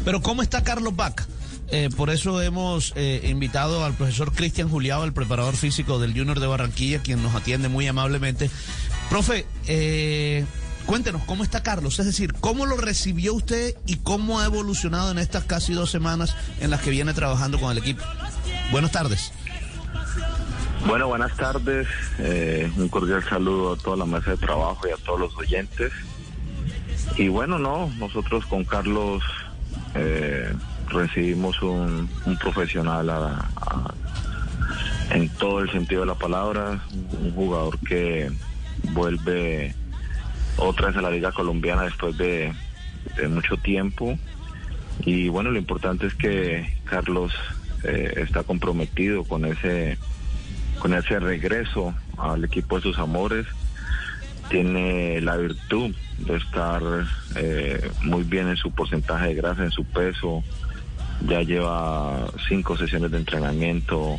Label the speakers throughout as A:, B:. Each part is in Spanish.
A: Pero ¿cómo está Carlos Vaca? Por eso hemos invitado al profesor Cristian Juliado, el preparador físico del Junior de Barranquilla, quien nos atiende muy amablemente. Profe, cuéntenos, ¿cómo está Carlos? Es decir, ¿cómo lo recibió usted y cómo ha evolucionado en estas casi 2 semanas en las que viene trabajando con el equipo? Buenas tardes.
B: Bueno, buenas tardes. Un cordial saludo a toda la mesa de trabajo y a todos los oyentes. Y bueno, nosotros con Carlos recibimos un profesional en todo el sentido de la palabra, un jugador que vuelve otra vez a la Liga Colombiana después de mucho tiempo. Y bueno, lo importante es que Carlos está comprometido con ese regreso al equipo de sus amores. Tiene la virtud de estar muy bien en su porcentaje de grasa, en su peso. Ya lleva 5 sesiones de entrenamiento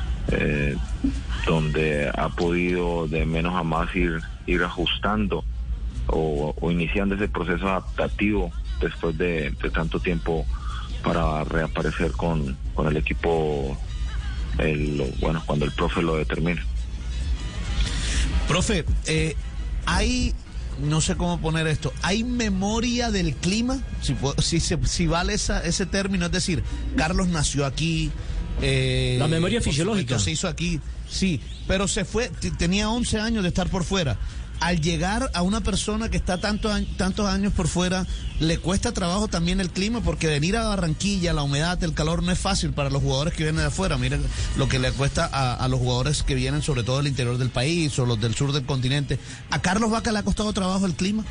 B: donde ha podido de menos a más ir ajustando o iniciando ese proceso adaptativo después de tanto tiempo para reaparecer con el equipo cuando el profe lo determine.
A: Profe, hay, no sé cómo poner esto, ¿hay memoria del clima? Si vale ese término, es decir, Carlos nació aquí.
C: La memoria fisiológica.
A: Se hizo aquí, sí, pero se fue, tenía 11 años de estar por fuera. Al llegar a una persona que está tantos años por fuera, le cuesta trabajo también el clima, porque venir a Barranquilla, la humedad, el calor, no es fácil para los jugadores que vienen de afuera. Miren lo que le cuesta a los jugadores que vienen sobre todo del interior del país o los del sur del continente. ¿A Carlos Vaca le ha costado trabajo el clima?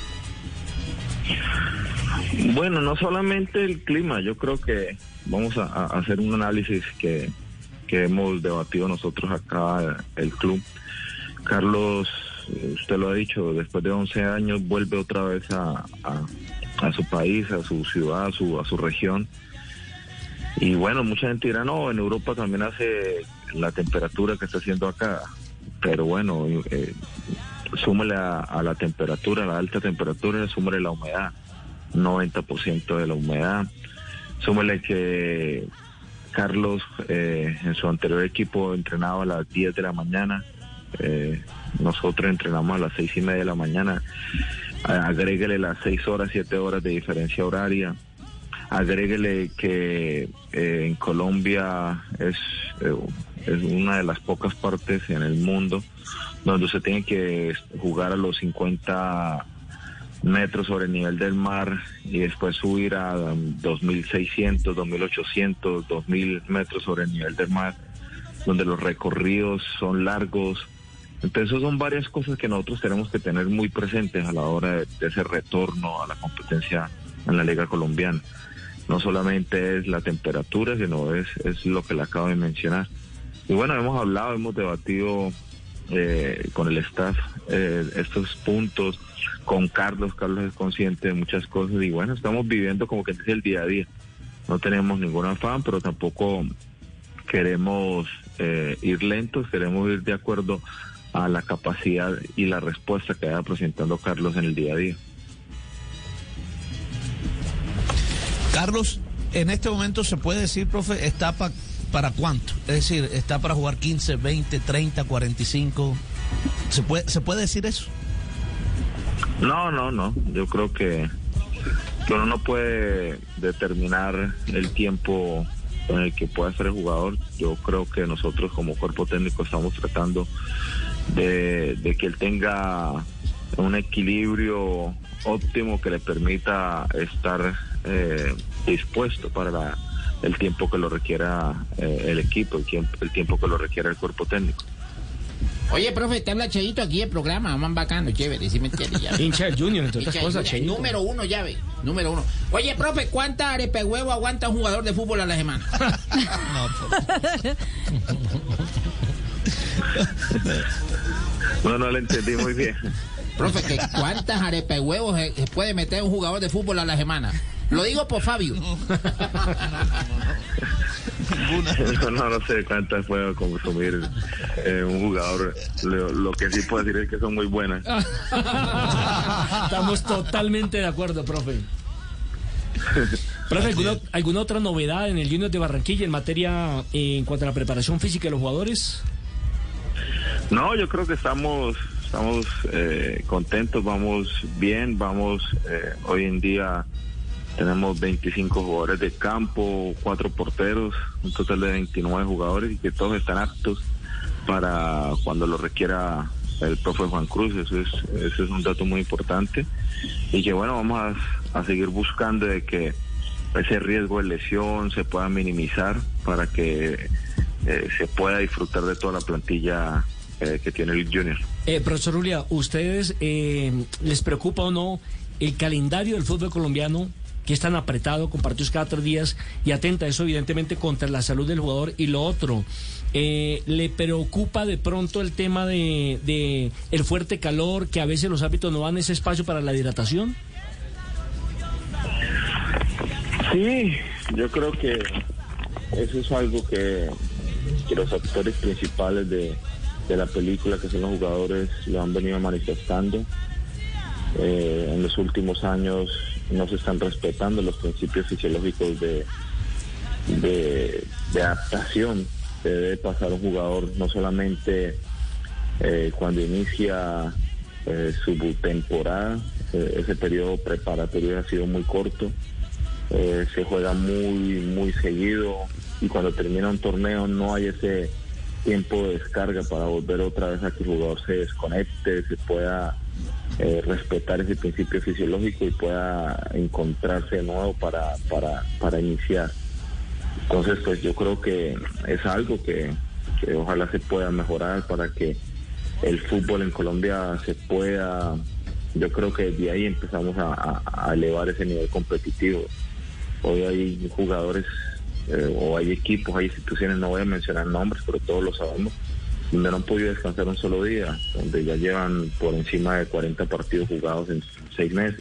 B: Bueno, no solamente el clima, yo creo que vamos a hacer un análisis que hemos debatido nosotros acá, el club. Carlos, usted lo ha dicho, después de 11 años vuelve otra vez a su país, a su ciudad, a su región. Y bueno, mucha gente dirá, no, en Europa también hace la temperatura que está haciendo acá. Pero bueno, súmele a la temperatura, a la alta temperatura, súmele la humedad, 90% de la humedad. Súmele que Carlos en su anterior equipo entrenaba a las 10 de la mañana. Nosotros entrenamos a las 6:30 de la mañana. Agréguele las 6 horas, 7 horas de diferencia horaria. Agréguele que en Colombia es una de las pocas partes en el mundo donde se tiene que jugar a los 50 metros sobre el nivel del mar y después subir a 2.600, 2.800, 2.000 metros sobre el nivel del mar, donde los recorridos son largos. Entonces son varias cosas que nosotros tenemos que tener muy presentes a la hora de ese retorno a la competencia en la Liga Colombiana. No solamente es la temperatura, sino es lo que le acabo de mencionar. Y bueno, hemos debatido con el staff estos puntos, con Carlos es consciente de muchas cosas y bueno, estamos viviendo como que es el día a día. No tenemos ningún afán, pero tampoco queremos ir lentos, queremos ir de acuerdo a la capacidad y la respuesta que vaya presentando Carlos en el día a día.
A: Carlos, en este momento se puede decir, profe, ¿está para cuánto? Es decir, ¿está para jugar 15, 20, 30, 45? ¿Se puede decir eso?
B: No. Yo creo que uno no puede determinar el tiempo en el que pueda ser el jugador. Yo creo que nosotros como cuerpo técnico estamos tratando de que él tenga un equilibrio óptimo que le permita estar dispuesto para el tiempo que lo requiera el equipo, el tiempo que lo requiera el cuerpo técnico.
D: Oye, profe, te habla Cheito aquí el programa, más bacano, chévere, ¿sí me entiendes?
C: Hincha del Junior, entre otras cosas, Cheito.
D: Número uno. Oye, profe, ¿cuántas arepas huevo aguanta un jugador de fútbol a la semana?
B: No lo entendí muy bien.
D: Profe, ¿cuántas arepas huevos se puede meter un jugador de fútbol a la semana? Lo digo por Fabio.
B: No sé cuántas puede consumir un jugador. Lo que sí puedo decir es que son muy buenas.
C: Estamos totalmente de acuerdo, profe. Profe, ¿alguna otra novedad en el Junior de Barranquilla en cuanto a la preparación física de los jugadores?
B: No, yo creo que estamos contentos, vamos bien, hoy en día tenemos 25 jugadores de campo, 4 porteros, un total de 29 jugadores y que todos están aptos para cuando lo requiera el profe Juan Cruz. Eso es un dato muy importante y que bueno, vamos a seguir buscando de que ese riesgo de lesión se pueda minimizar para que se pueda disfrutar de toda la plantilla que tiene el Junior.
C: Profesor Ulia, ¿ustedes les preocupa o no el calendario del fútbol colombiano, que es tan apretado, con partidos cada 3 días, y atenta eso evidentemente contra la salud del jugador? Y lo otro, ¿le preocupa de pronto el tema de el fuerte calor, que a veces los árbitros no dan ese espacio para la hidratación?
B: Sí, yo creo que eso es algo que los actores principales de la película, que son los jugadores, lo han venido manifestando. En los últimos años no se están respetando los principios fisiológicos de adaptación que debe pasar un jugador, no solamente cuando inicia su temporada. Ese periodo preparatorio ha sido muy corto, se juega muy seguido, y cuando termina un torneo no hay ese tiempo de descarga para volver otra vez a que el jugador se desconecte, se pueda respetar ese principio fisiológico y pueda encontrarse de nuevo para iniciar. Entonces, pues yo creo que es algo que ojalá se pueda mejorar para que el fútbol en Colombia se pueda, yo creo que de ahí empezamos a elevar ese nivel competitivo. Hoy hay jugadores o hay equipos, hay instituciones, no voy a mencionar nombres, pero todos lo sabemos, donde no han podido descansar un solo día, donde ya llevan por encima de 40 partidos jugados en 6 meses.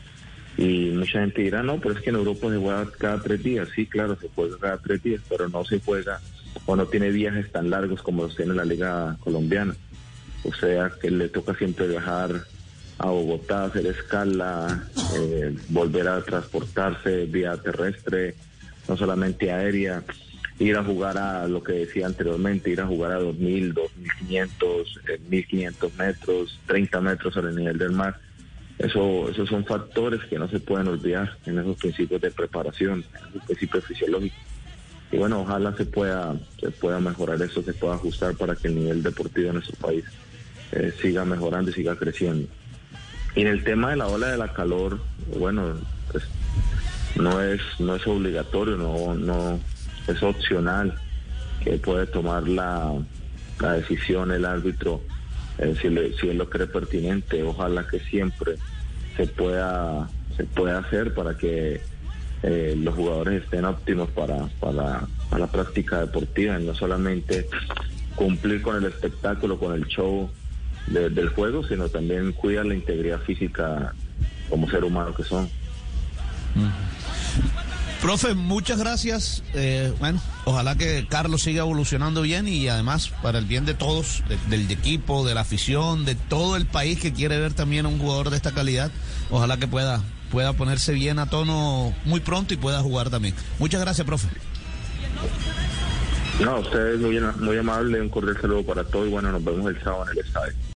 B: Y mucha gente dirá, no, pero es que en Europa se juega cada 3 días. Sí, claro, se juega cada 3 días, pero no se juega o no tiene viajes tan largos como los tiene la Liga Colombiana. O sea, que le toca siempre viajar a Bogotá, hacer escala, volver a transportarse vía terrestre, no solamente aérea, ir a jugar a lo que decía anteriormente, ir a jugar a 2.000, 2.500, 1.500 metros, 30 metros sobre el nivel del mar. Esos son factores que no se pueden olvidar en esos principios de preparación, en esos principios fisiológicos. Y bueno, ojalá se pueda mejorar eso, se pueda ajustar para que el nivel deportivo de nuestro país siga mejorando y siga creciendo. Y en el tema de la ola de la calor, bueno, pues no es obligatorio, no es opcional, que puede tomar la decisión el árbitro si él lo cree pertinente. Ojalá que siempre se pueda hacer para que los jugadores estén óptimos para la práctica deportiva, y no solamente cumplir con el espectáculo, con el show del juego, sino también cuidar la integridad física como ser humano que son.
A: Profe, muchas gracias. Bueno, ojalá que Carlos siga evolucionando bien, y además para el bien de todos, del equipo, de la afición, de todo el país que quiere ver también a un jugador de esta calidad. Ojalá que pueda ponerse bien a tono muy pronto y pueda jugar también. Muchas gracias, profe.
B: No, usted es muy amable, un cordial saludo para todos y bueno, nos vemos el sábado en el estadio.